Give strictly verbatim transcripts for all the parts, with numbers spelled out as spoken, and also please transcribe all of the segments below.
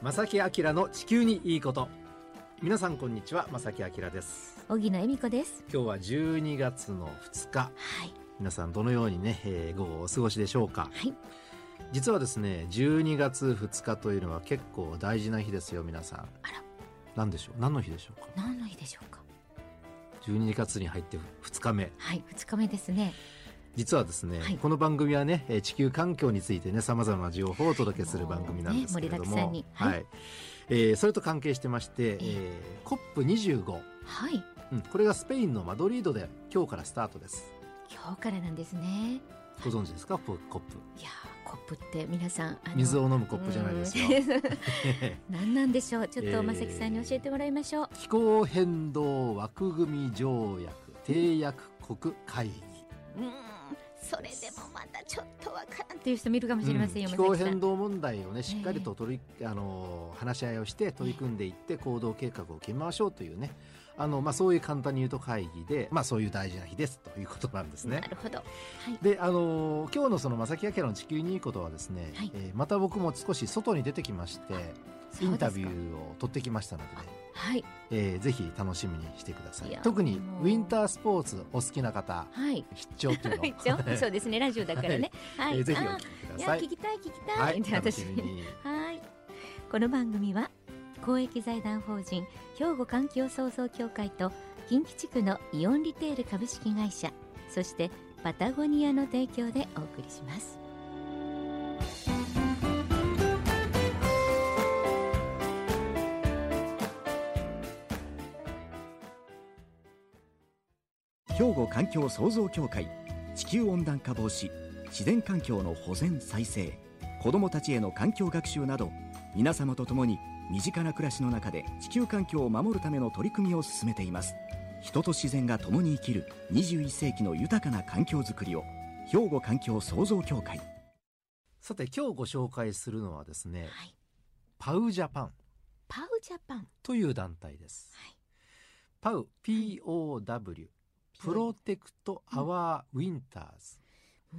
正木明の地球にいいこと。皆さんこんにちは、正木明です。 荻野恵美子です。 今日はじゅうにがつのふつか、はい、皆さんどのようにね、えー、午後お過ごしでしょうか。 はい、 実はですね、じゅうにがつふつかというのは結構大事な日ですよ、皆さん。あら、何でしょう、何の日でしょうか。 何の日でしょうか。 じゅうにがつに入ってふつかめ。 はい、ふつかめですね。 実はですね、はい、この番組はね、地球環境についてね、様々な情報をお届けする番組なんですけれども、ね、盛りだくさんに、はいはい、えー、それと関係してまして、えー、コップにじゅうご、 はい、 うん、これがスペインのマドリードで今日からスタートです。 今日からなんですね。 ご存知ですか、コップ。 いやコップって皆さん、あの水を飲むコップじゃないですよ。 何なんでしょう。ちょっと正木さんに教えてもらいましょう。 えー、気候変動枠組条約締約国会議。 うん、それでもまだちょっとわからんっていう人もいるかもしれませんよ、 うん、気候変動問題をね、しっかりと取り、えー、あの話し合いをして取り組んでいって行動計画を決めましょうというね、あの、まあ、そういう簡単に言うと会議で、まあ、そういう大事な日ですということなんですね。 なるほど、はい、 で、あの今日のその正木明の地球にいいことはですね、はい、えー、また僕も少し外に出てきましてインタビューを取ってきましたのでね、はい、えー、ぜひ楽しみにしてください。特にウィンタースポーツお好きな方、はい、必聴っていうの必聴そうですね、ラジオだからね、はい、 えー、ぜひお聞きください。 いや聞きたい聞きたい、はい、 楽しみにはい、この番組は公益財団法人兵庫環境創造協会と近畿地区のイオンリテール株式会社、そしてパタゴニアの提供でお送りします。 兵庫環境創造協会、地球温暖化防止、自然環境の保全再生、子どもたちへの環境学習など、皆様と共に身近な暮らしの中で地球環境を守るための取り組みを進めています。人と自然が共に生きるにじゅういっせいきの豊かな環境づくりを、兵庫環境創造協会。 さて今日ご紹介するのはですね、はい、パウジャパンパウジャパンという団体です、はい、パウ ピーオーダブリュー、プロテクトアワーウィンターズ、うん、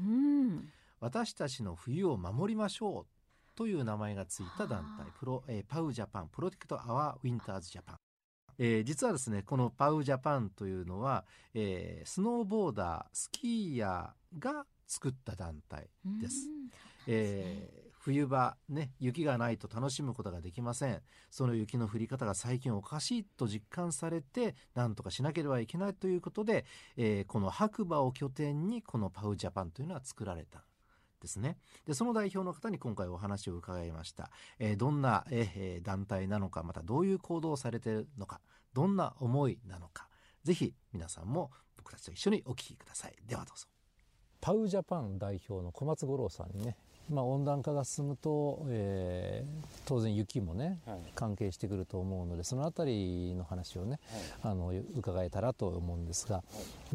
私たちの冬を守りましょうという名前がついた団体、プロ、えー、パウジャパン、プロテクトアワーウィンターズジャパン。えー、実はですね、このパウジャパンというのは、えー、スノーボーダー、スキーヤーが作った団体です。えー、冬場ね、雪がないと楽しむことができません。その雪の降り方が最近おかしいと実感されて、なんとかしなければいけないということで、えー、この白馬を拠点にこのパウジャパンというのは作られたですね。で、その代表の方に今回お話を伺いました。えー、どんな、えー、団体なのか、またどういう行動をされているのか、どんな思いなのか、ぜひ皆さんも僕たちと一緒にお聞きください。ではどうぞ。 パウジャパン代表の小松五郎さんにね、まあ、温暖化が進むと、えー、当然雪もね、はい、関係してくると思うので、そのあたりの話をね、はい、あの伺えたらと思うんですが、はい、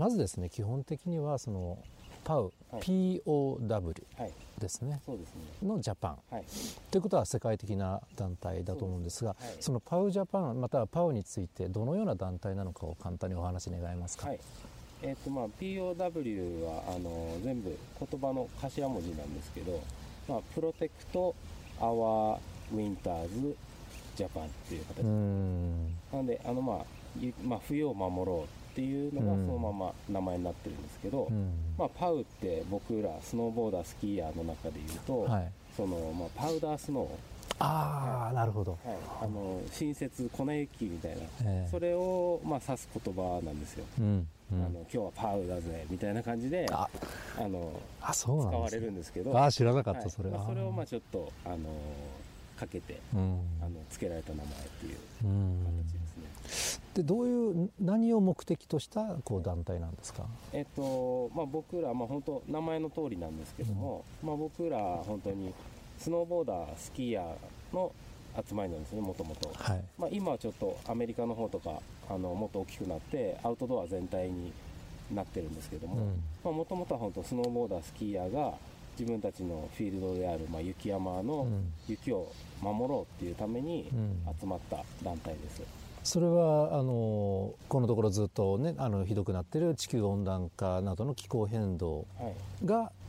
まずですね、基本的にはそのパウ、はい、ピーオーダブリュー ですね、はい、そうですねのジャパン、はい、ということは世界的な団体だと思うんですが、 そ, はい、そのパウジャパンまたはパウについてどのような団体なのかを簡単にお話願えますか。はい、 えーとまあ、ピーオーダブリュー はあの全部言葉の頭文字なんですけど、まあ、プロテクトアワーウィンターズジャパンっていう形です。なのであの、まあまあ、冬を守ろうっていうのがそのまま名前になってるんですけど、まあ、パウって僕らスノーボーダースキーヤーの中でいうと、はい、そのまあ、パウダースノー、 ああ、なるほど、 はい、あの新雪粉雪みたいな、えー、それをまあ指す言葉なんですよ、うんうん、あの今日はパウだぜみたいな感じでああのあそうなんです、ね、使われるんですけど、 あ知らなかった、はい、それは、 まあ、それをまあちょっとあのかけて、うん、あの付けられた名前っていう形ですね。 でどういう何を目的としたこう団体なんですか。 えっとまあ、僕ら、まあ、本当名前の通りなんですけども、うん、まあ、僕ら本当にスノーボーダースキーヤーの集まりなんですね、もともと。今はちょっとアメリカの方とかあのもっと大きくなってアウトドア全体になってるんですけども、もともとは本当スノーボーダースキーヤーが自分たちのフィールドである、まあ、雪山の雪を守ろうっていうために集まった団体です。 それはあのこのところずっと、ね、あのひどくなっている地球温暖化などの気候変動が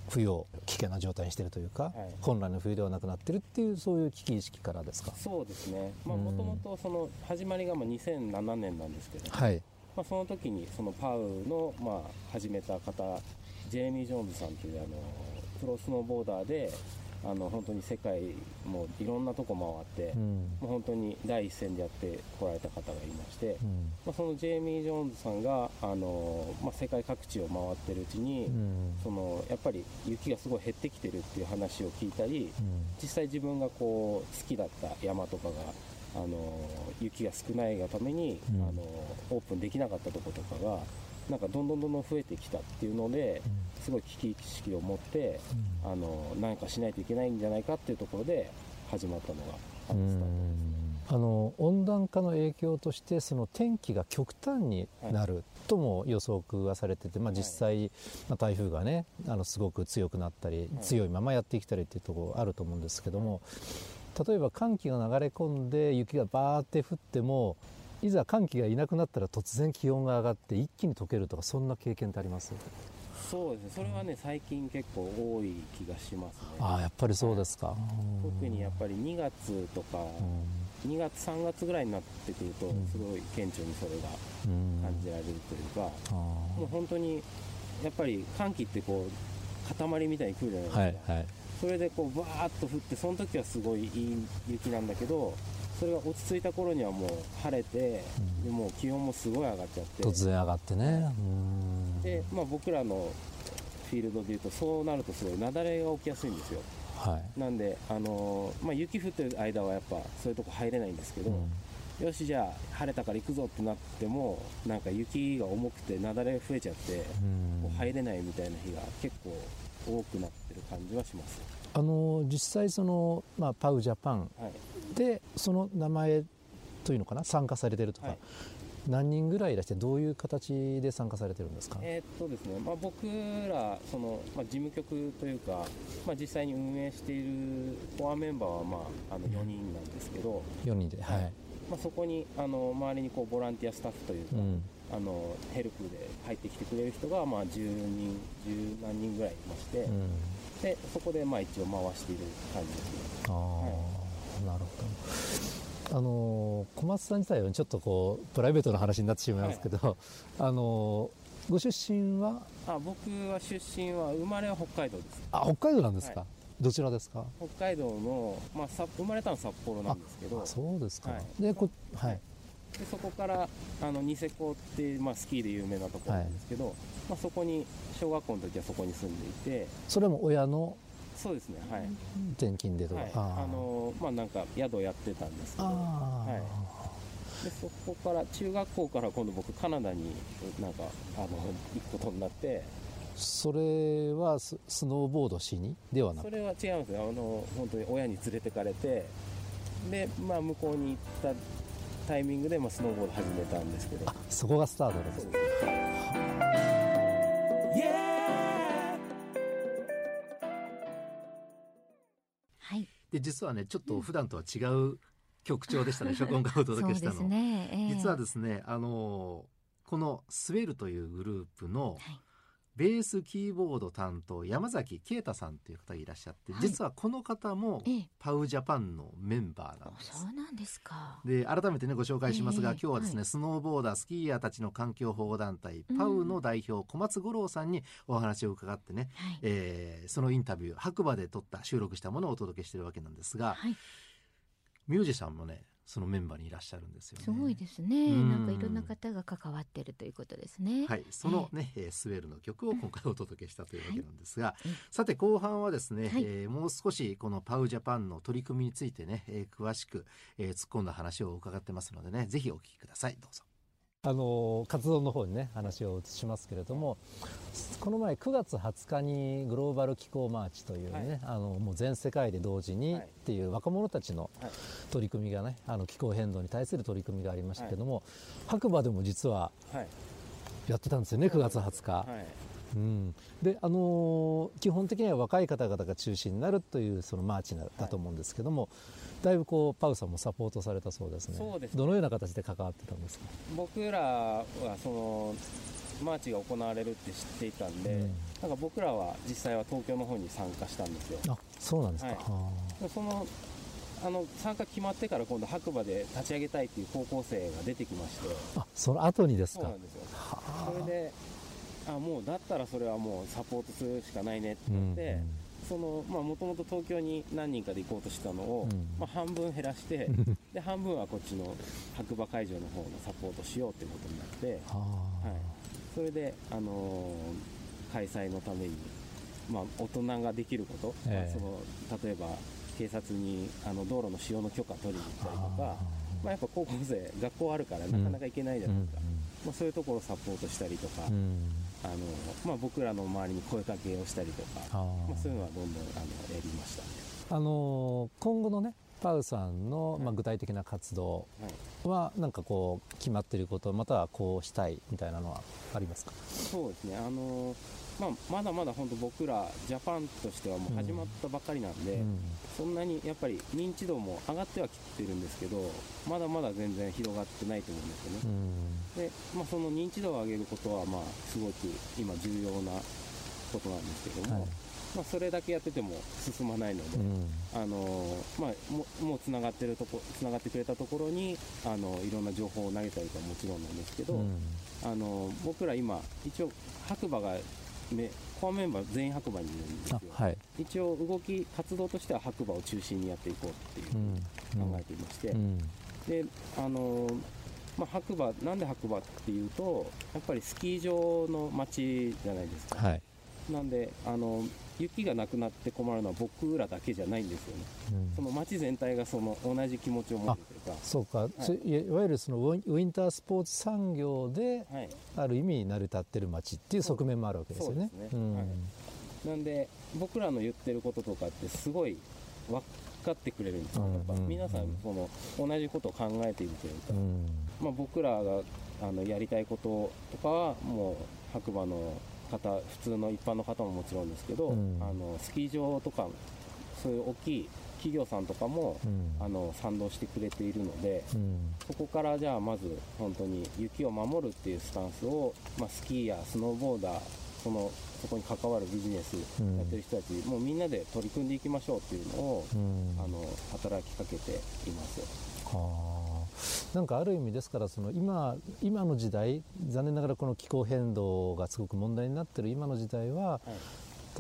冬を危険な状態にしているというか、はい、本来の冬ではなくなっているっていうそういう危機意識からですか。 そうですね、もともとその始まりがまあにせんななねんなんですけど、 はい、 まあ、その時にそのパウのまあ始めた方、ジェレミー・ジョーンズさんというあのプロスノーボーダーで、あの本当に世界もいろんなとこ回って、うん、もう本当に第一線でやってこられた方がいまして、うん、まあ、そのジェレミー・ジョーンズさんがあの、まあ、世界各地を回ってるうちに、うん、そのやっぱり雪がすごい減ってきてるっていう話を聞いたり、うん、実際自分がこう好きだった山とかがあの雪が少ないがために、うん、あのオープンできなかったとことかがなんかどんどんどんどん増えてきたっていうので、うん、すごい危機意識を持って、うん、あの何かしないといけないんじゃないかっていうところで始まったのがあのスタートです。 あの温暖化の影響としてその天気が極端になるとも予測がされてて、まあ、実際、まあ、台風がねあのすごく強くなったり、はい、強いままやってきたりっていうところあると思うんですけども、例えば寒気が流れ込んで雪がバーって降ってもいざ寒気がいなくなったら突然気温が上がって一気に溶けるとか、そんな経験ってあります？ そうですね、それはね最近結構多い気がしますね。 ああ、やっぱりそうですか。 特にやっぱりにがつとか、うん、にがつさんがつぐらいになってくるとすごい顕著にそれが感じられるというか、うん、もう本当にやっぱり寒気ってこう塊みたいに来るじゃないですか、はいはい、それでこうバーッと降って、その時はすごいいい雪なんだけど、それが落ち着いた頃にはもう晴れて、うん、でもう気温もすごい上がっちゃって、 突然上がってね、うん、 で、まあ、僕らのフィールドでいうとそうなるとすごい雪崩が起きやすいんですよ、はい、なんで、あのーまあ、雪降ってる間はやっぱそういうとこ入れないんですけど、うん、よしじゃあ晴れたから行くぞってなってもなんか雪が重くて雪崩増えちゃって、うん、もう入れないみたいな日が結構多くなってる感じはします。 あの実際その、まあ、パウジャパンで、はい、その名前というのかな、参加されてるとか、はい、何人ぐらいいらしてどういう形で参加されてるんですか？ えーっとですね、まあ、僕らその、まあ、事務局というか、まあ、実際に運営しているコアメンバーは、まあ、あのよにんなんですけど、 よにんで、はい、 まあ、そこにあの周りにこうボランティアスタッフというか、うん、あのヘルプで入ってきてくれる人が、まあ、じゅうにん、じゅうなんにんぐらいいまして、うん、でそこでまあ一応回している感じですね。あ、はい、 なるほど。あの小松さん自体はちょっとこうプライベートな話になってしまいますけど、はい、あのご出身は？ あ、僕は出身は生まれは北海道です。 あ、北海道なんですか、はい、どちらですか？ 北海道の、まあ、さ生まれたのは札幌なんですけど。 あ、そうですか、 はい、 でこ、はい、 でそこからあのニセコって、まあ、スキーで有名なところなんですけど、はい、まあ、そこに小学校の時はそこに住んでいて。 それも親の？ そうですね、はい、 転勤でとか、はい、 あのまあなんか宿をやってたんですけど、はい、でそこから中学校から今度僕カナダになんかあの行くことになって。 それは ス, スノーボードしにではなく？ それは違うんですよ。あの本当に親に連れてかれて、で、まあ、向こうに行ったタイミングで、まあ、スノーボード始めたんですけど。 あ、そこがスタートです。そうです。 はい、 で実はねちょっと普段とは違う曲調でしたね、うん、今回お届けしたの。 そうですね、えー、 実はですね、あのこのスウェルというグループのベースキーボード担当山崎啓太さんという方がいらっしゃって、はい、実はこの方もパウジャパンのメンバーなんです。 そうなんですか。 で改めてねご紹介しますが、えー、今日はですね、はい、スノーボーダースキーヤーたちの環境保護団体パウの代表、うん、小松五郎さんにお話を伺ってね、はい、えー、そのインタビュー白馬で撮った収録したものをお届けしているわけなんですが、はい、ミュージシャンもねそのメンバーにいらっしゃるんですよね。 すごいですね。なんかいろんな方が関わっているということですね。 はい、そのね、えー、スウェルの曲を今回お届けしたというわけなんですが、はい、さて後半はですね、はい、えー、もう少しこのパウジャパンの取り組みについてね、えー、詳しく、えー、突っ込んだ話を伺ってますのでね、ぜひお聞きください。どうぞ。 あの活動の方にね話を移しますけれども、この前くがつはつかにグローバル気候マーチというね、はい、あのもう全世界で同時にっていう若者たちの取り組みがね、あの気候変動に対する取り組みがありましたけども、はい、白馬でも実はやってたんですよね、くがつはつか、はい、うん、であのー、基本的には若い方々が中心になるというそのマーチだと思うんですけども、はい、だいぶこうパウさんもサポートされたそうですね。 そうですね。 どのような形で関わってたんですか？ 僕らはそのマーチが行われるって知っていたんで、うん、なんか僕らは実際は東京の方に参加したんですよ。 あ、そうなんですか。はい、 そのあの参加決まってから今度白馬で立ち上げたいっていう高校生が出てきまして。 あ、その後にですか。 そうなんですよ。それで、あ、もうだったらそれはもうサポートするしかないねってなって、うんうん、そのまあもともと東京に何人かで行こうとしたのを、うん、まあ、半分減らしてで半分はこっちの白馬会場の方のサポートしようってことになって、はい、それで、あのー、開催のために、まあ、大人ができること、えーまあ、その例えば警察にあの道路の使用の許可取りに行ったりとか、まあ、やっぱ高校生学校あるからなかなか行けないじゃないですか、うんうん、まあ、そういうところをサポートしたりとか、うん、あのまあ、僕らの周りに声かけをしたりとか、あ、まあ、そういうのはどんどんあのやりました。 あの今後のねパウさんの、まあ、具体的な活動はなんかこう決まっていることまたはこうしたいみたいなのはありますか？ そうですね、あのまあ、まだまだ本当僕らジャパンとしてはもう始まったばっかりなんで、うん、そんなにやっぱり認知度も上がってはきてるんですけどまだまだ全然広がってないと思うんですよね、うん、で、まあ、その認知度を上げることはまあすごく今重要なことなんですけども、はい、まあ、それだけやってても進まないので、うん、あのまあ、も, もうつながってるとこつながってくれたところにあのいろんな情報を投げたりとかもちろんなんですけど、うん、あの僕ら今一応白馬がコアメンバー全員白馬にいるんですよ、はい、一応動き活動としては白馬を中心にやっていこうっていうふうに考えていまして、うん、であのまあ、白馬なんで白馬っていうとやっぱりスキー場の街じゃないですか、はい、なんであの雪がなくなって困るのは僕らだけじゃないんですよね、うん、その街全体がその同じ気持ちを持ってというか、 そうか、はい、いわゆるそのウィンタースポーツ産業で、はい、ある意味成り立ってる街っていう側面もあるわけですよね。 そうですね、うん、はい、なんで僕らの言ってることとかってすごい分かってくれるんですよ、うん、やっぱ皆さんその同じことを考えているというか、うん、まあ、僕らがあのやりたいこととかはもう白馬の方普通の一般の方ももちろんですけど、うん、あのスキー場とかそういう大きい企業さんとかも、うん、あの賛同してくれているので、うん、そこからじゃあまず本当に雪を守るっていうスタンスを、まあ、スキーやスノーボーダーそのそこに関わるビジネスやってる人たち、うん、もうみんなで取り組んでいきましょうっていうのを、うん、あの働きかけています。 はあ、なんかある意味ですからその 今, 今の時代残念ながらこの気候変動がすごく問題になっている今の時代は、はい、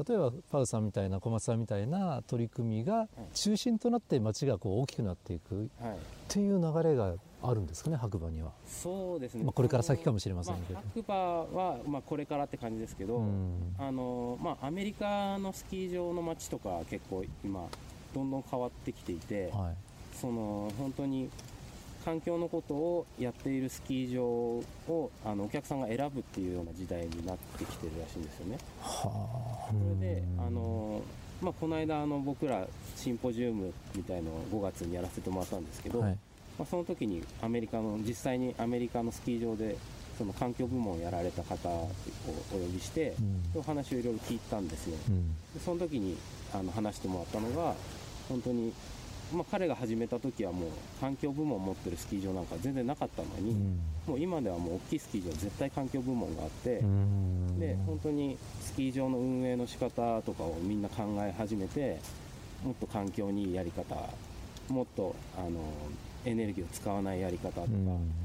例えばパウさんみたいな小松さんみたいな取り組みが中心となって街がこう大きくなっていくっていう流れがあるんですかね、白馬には。 そうですね、 まあ、これから先かもしれませんけど、 まあ、白馬はまあこれからって感じですけど、うん、あのまあ、アメリカのスキー場の街とか結構今どんどん変わってきていて、はい、その本当に環境のことをやっているスキー場をあのお客さんが選ぶっていうような時代になってきてるらしいんですよね。はあ、それであの、まあ、この間あの僕らシンポジウムみたいのをごがつにやらせてもらったんですけど、はい、まあ、その時にアメリカの実際にアメリカのスキー場でその環境部門をやられた方をお呼びして、うん、お話をいろいろ聞いたんですよ、うん、でその時にあの話してもらったのが本当にまあ、彼が始めた時はもう環境部門を持ってるスキー場なんか全然なかったのに、うん、もう今ではもう大きいスキー場絶対環境部門があって、うん、で本当にスキー場の運営の仕方とかをみんな考え始めてもっと環境にいいやり方もっとあのエネルギーを使わないやり方とか、うん、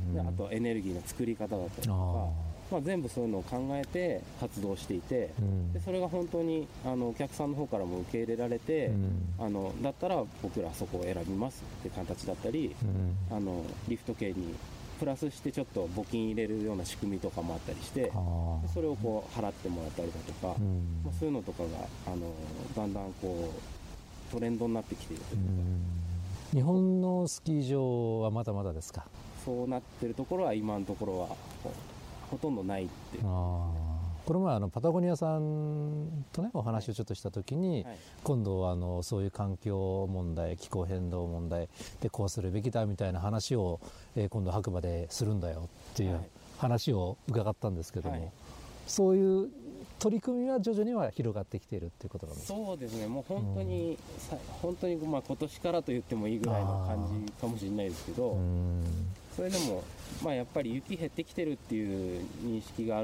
であとエネルギーの作り方だったりとか、まあ、全部そういうのを考えて活動していて、うん、でそれが本当にあのお客さんの方からも受け入れられて、うん、あのだったら僕らそこを選びますって形だったり、うん、あのリフト系にプラスしてちょっと募金入れるような仕組みとかもあったりして、でそれをこう払ってもらったりだとか、まあ、そういうのとかがあのだんだんこうトレンドになってきているというか、 日本のスキー場はまだまだですか？ そうなってるところは今のところはほとんどないっていう。あ、 この前あのパタゴニアさんとねお話をちょっとした時に、はい、今度はあのそういう環境問題気候変動問題でこうするべきだみたいな話を、えー、今度白馬でするんだよっていう話を伺ったんですけども、はい、そういう取り組みは徐々には広がってきているっていうことなんですか？ そうですね、もう本当に、うん、本当にまあ今年からと言ってもいいぐらいの感じかもしれないですけど、うん、それでもまあやっぱり雪減ってきてるっていう認識がある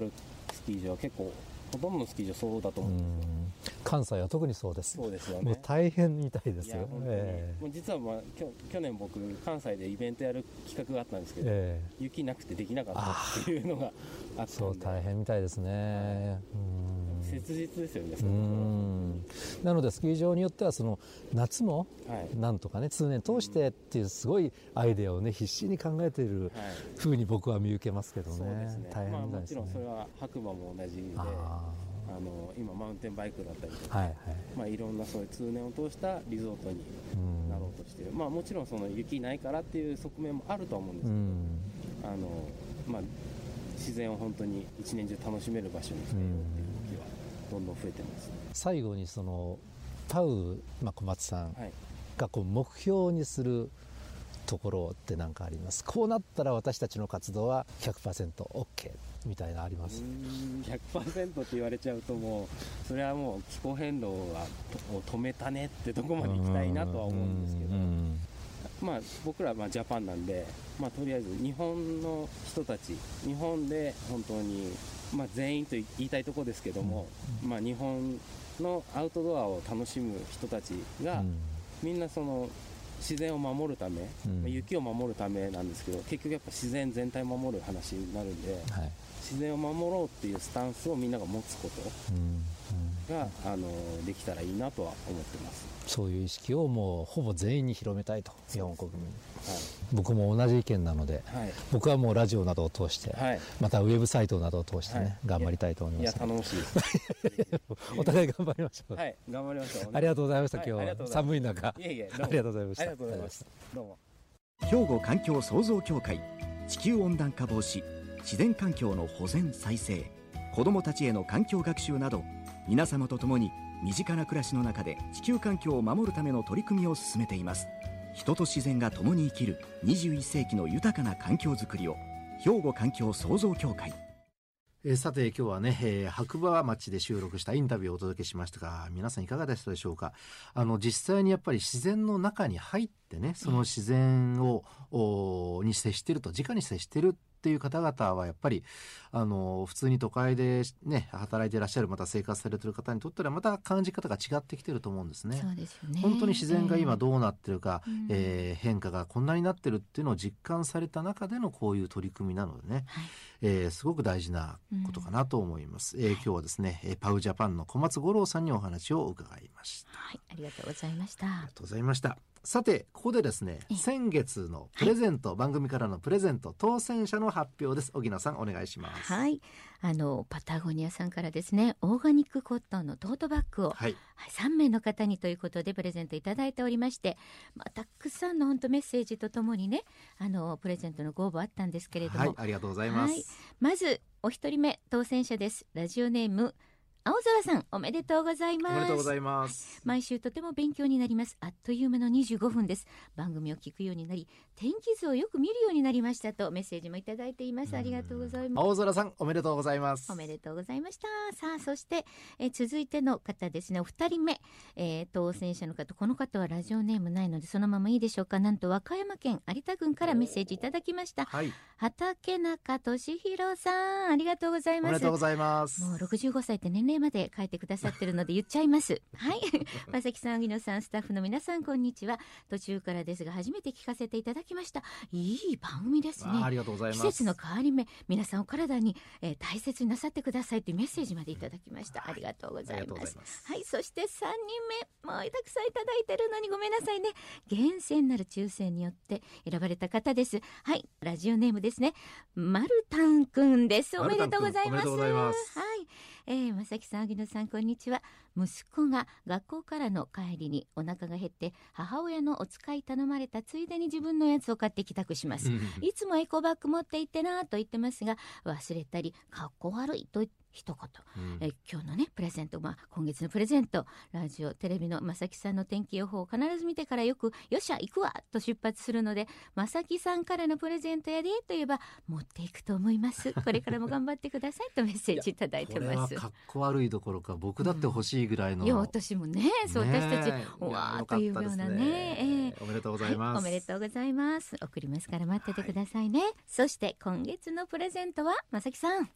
スキー場は結構ほとんどのスキー場そうだと思うんですよ。 関西は特にそうです。 そうですよね。 もう大変みたいですよ。 えー、もう実は、まあ、きょ去年僕関西でイベントやる企画があったんですけど、えー、雪なくてできなかったっていうのがあったんで。 そう大変みたいですね。 うん、切実ですよね。そうんなのでスキー場によってはその夏もなんとかね通年通してっていうすごいアイデアをね必死に考えているふうに僕は見受けますけどね。そうですね。 大変みたいですね。まあ、もちろんそれは白馬も同じで。あの今マウンテンバイクだったりとか、はいはいまあ、いろんなそういう通年を通したリゾートになろうとしている、まあ、もちろんその雪ないからっていう側面もあるとは思うんですけど、あのまあ、自然を本当に一年中楽しめる場所にしたいよっていう動きはどんどん増えてます、ね、 最後にそのパウ、まあ、小松さんがこう目標にするところって何かあります？こうなったら私たちの活動は ひゃくパーセントオーケー みたいなあります？ うーん ひゃくパーセント って言われちゃうともうそれはもう気候変動は止めたねってとこまで行きたいなとは思うんですけど、まあ僕らはまあジャパンなんで、まあ、とりあえず日本の人たち日本で本当に、まあ、全員と言いたいところですけども、まあ、日本のアウトドアを楽しむ人たちがみんなその自然を守るため、うん、雪を守るためなんですけど結局やっぱ自然全体を守る話になるんで、はい、自然を守ろうっていうスタンスをみんなが持つことが、うんうん、あのできたらいいなとは思ってます。 そういう意識をもうほぼ全員に広めたいと日本国民、はい、僕も同じ意見なので、はい、僕はもうラジオなどを通して、はい、またウェブサイトなどを通してね、はい、頑張りたいと思います。 いや頼もしいですお互い頑張りましょう。 はい頑張りましょう。 ありがとうございました。今日は寒い中いえいえありがとうございました。 ありがとうございました。どうも。 兵庫環境創造協会地球温暖化防止自然環境の保全再生子どもたちへの環境学習など皆様と共に身近な暮らしの中で地球環境を守るための取り組みを進めています。人と自然が共に生きるにじゅういっ世紀の豊かな環境づくりを兵庫環境創造協会。 えー、さて今日はね、えー、白馬町で収録したインタビューをお届けしましたが皆さんいかがでしたでしょうか。あの実際にやっぱり自然の中に入ってねその自然を、うん、に接していると直に接しているっていう方々はやっぱりあの普通に都会で、ね、働いていらっしゃるまた生活されている方にとってはまた感じ方が違ってきてると思うんですね。 そうですよね。 本当に自然が今どうなってるか、えーえー、変化がこんなになってるっていうのを実感された中でのこういう取り組みなのでね、はいえー、すごく大事なことかなと思います、うんえー、今日はですねパウジャパンの小松五郎さんにお話を伺いました。 はい、ありがとうございました。 ありがとうございました。さてここでですね先月のプレゼント、はい、番組からのプレゼント当選者の発表です。荻野さんお願いします。 はい、あのパタゴニアさんからですねオーガニックコットンのトートバッグを、はいはい、さん名の方にということでプレゼントいただいておりまして、まあ、たくさんの本当メッセージとともにねあのプレゼントのご応募あったんですけれども、 はい、ありがとうございます、はい、 まずお一人目当選者です。ラジオネーム青空さんおめでとうございます。 おめでとうございます。 毎週とても勉強になります。あっという間のにじゅうごふんです。番組を聞くようになり天気図をよく見るようになりましたとメッセージもいただいています。ありがとうございます。 青空さんおめでとうございます。 おめでとうございました。さあそしてえ続いての方ですねお二人目、えー、当選者の方この方はラジオネームないのでそのままいいでしょうか。なんと和歌山県有田郡からメッセージいただきました、はい、畑中俊弘さんありがとうございます。 おめでとうございます。 もうろくじゅうごさいって年齢まで書いてくださってるので言っちゃいますはい正木さん荻野さんスタッフの皆さんこんにちは。途中からですが初めて聞かせていただきました。いい番組ですね。 ありがとうございます。 季節の変わり目皆さんお体に、えー、大切になさってくださいというメッセージまでいただきました。ありがとうございます。はい、そしてさんにんめもうたくさんいただいてるのにごめんなさいね。厳選なる抽選によって選ばれた方です。はい、ラジオネームですねマルタンくんです。おめでとうございます。 おめでとうございます。 はい、えー、正木さん荻野さんこんにちは。息子が学校からの帰りにお腹が減って母親のお使い頼まれたついでに自分のやつを買って帰宅します、うん、いつもエコバッグ持って行ってなと言ってますが忘れたりかっこ悪いと一言、うん、え今日のねプレゼント、まあ、今月のプレゼントラジオテレビの正木さんの天気予報を必ず見てからよくよっしゃ行くわと出発するので正木さんからのプレゼントやでと言えば持っていくと思います。これからも頑張ってくださいとメッセージいただいてます。 これはかっこ悪いどころか僕だって欲しいぐらいの、うん、 いや私もねそう私たちうわーというようなね、 えー、おめでとうございます、 はい、おめでとうございます。送りますから待っててくださいね、はい、そして今月のプレゼントは正木さん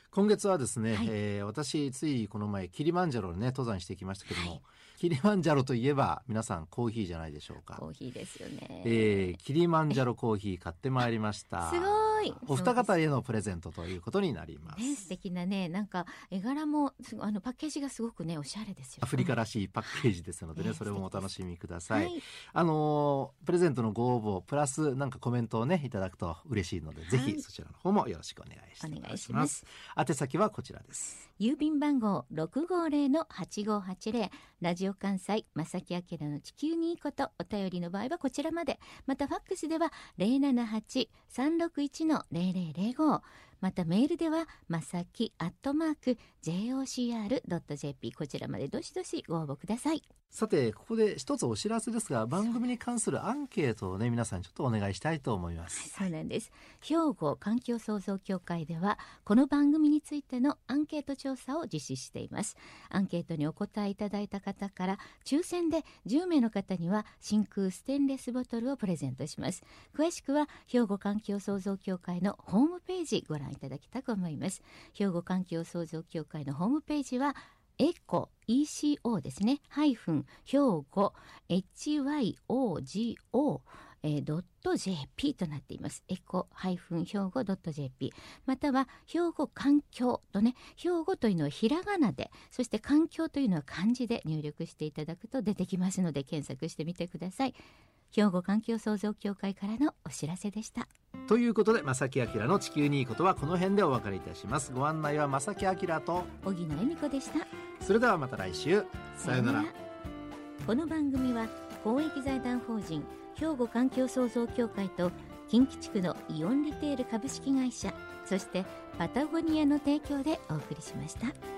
今月はですね、 はい、 えー、私ついこの前キリマンジャロにね登山してきましたけども、はい、キリマンジャロといえば皆さんコーヒーじゃないでしょうか。 コーヒーですよね、 えー、キリマンジャロコーヒー買ってまいりましたすごい。 お二方へのプレゼントということになります、 ね、素敵なね、なんか絵柄もあのパッケージがすごくねおしゃれですよ、ね、 アフリカらしいパッケージですのでね、ね、それもお楽しみください、 はい、 あのプレゼントのご応募プラスなんかコメントをねいただくと嬉しいので、はい、ぜひそちらの方もよろしくお願いします。 お願いします。 宛先はこちらです。 郵便番号 ろくごーぜろ はちごーはちぜろ ラジオ関西正木明の地球にいいこと、お便りの場合はこちらまで、またファックスでは ゼロななはち さんろくいち ゼロゼロゼロご、またメールではまさきアットマーク ジェイオーシーアールドットジェーピー こちらまでどしどしご応募ください。 さてここで一つお知らせですが、番組に関するアンケートをね皆さんちょっとお願いしたいと思います。 はい、そうなんです。兵庫環境創造協会ではこの番組についてのアンケート調査を実施しています。アンケートにお答えいただいた方から抽選でじゅうめいの方には真空ステンレスボトルをプレゼントします。詳しくは兵庫環境創造協会のホームページご覧いただきたく思います。兵庫環境創造協会のホームページはエコ イーシーオー ですね、ハイフン兵庫 エイチワイオージーオーえー、ドット ジェーピー となっています。エコ ハイフン兵庫 ドット ジェーピー または兵庫環境とね、兵庫というのはひらがなで、そして環境というのは漢字で入力していただくと出てきますので検索してみてください。兵庫環境創造協会からのお知らせでした。 ということで正木明の地球にいいことはこの辺でお別れいたします。ご案内は正木明と荻野恵美子でした。 それではまた来週、さようなら。 この番組は公益財団法人兵庫環境創造協会と近畿地区のイオンリテール株式会社、そしてパタゴニアの提供でお送りしました。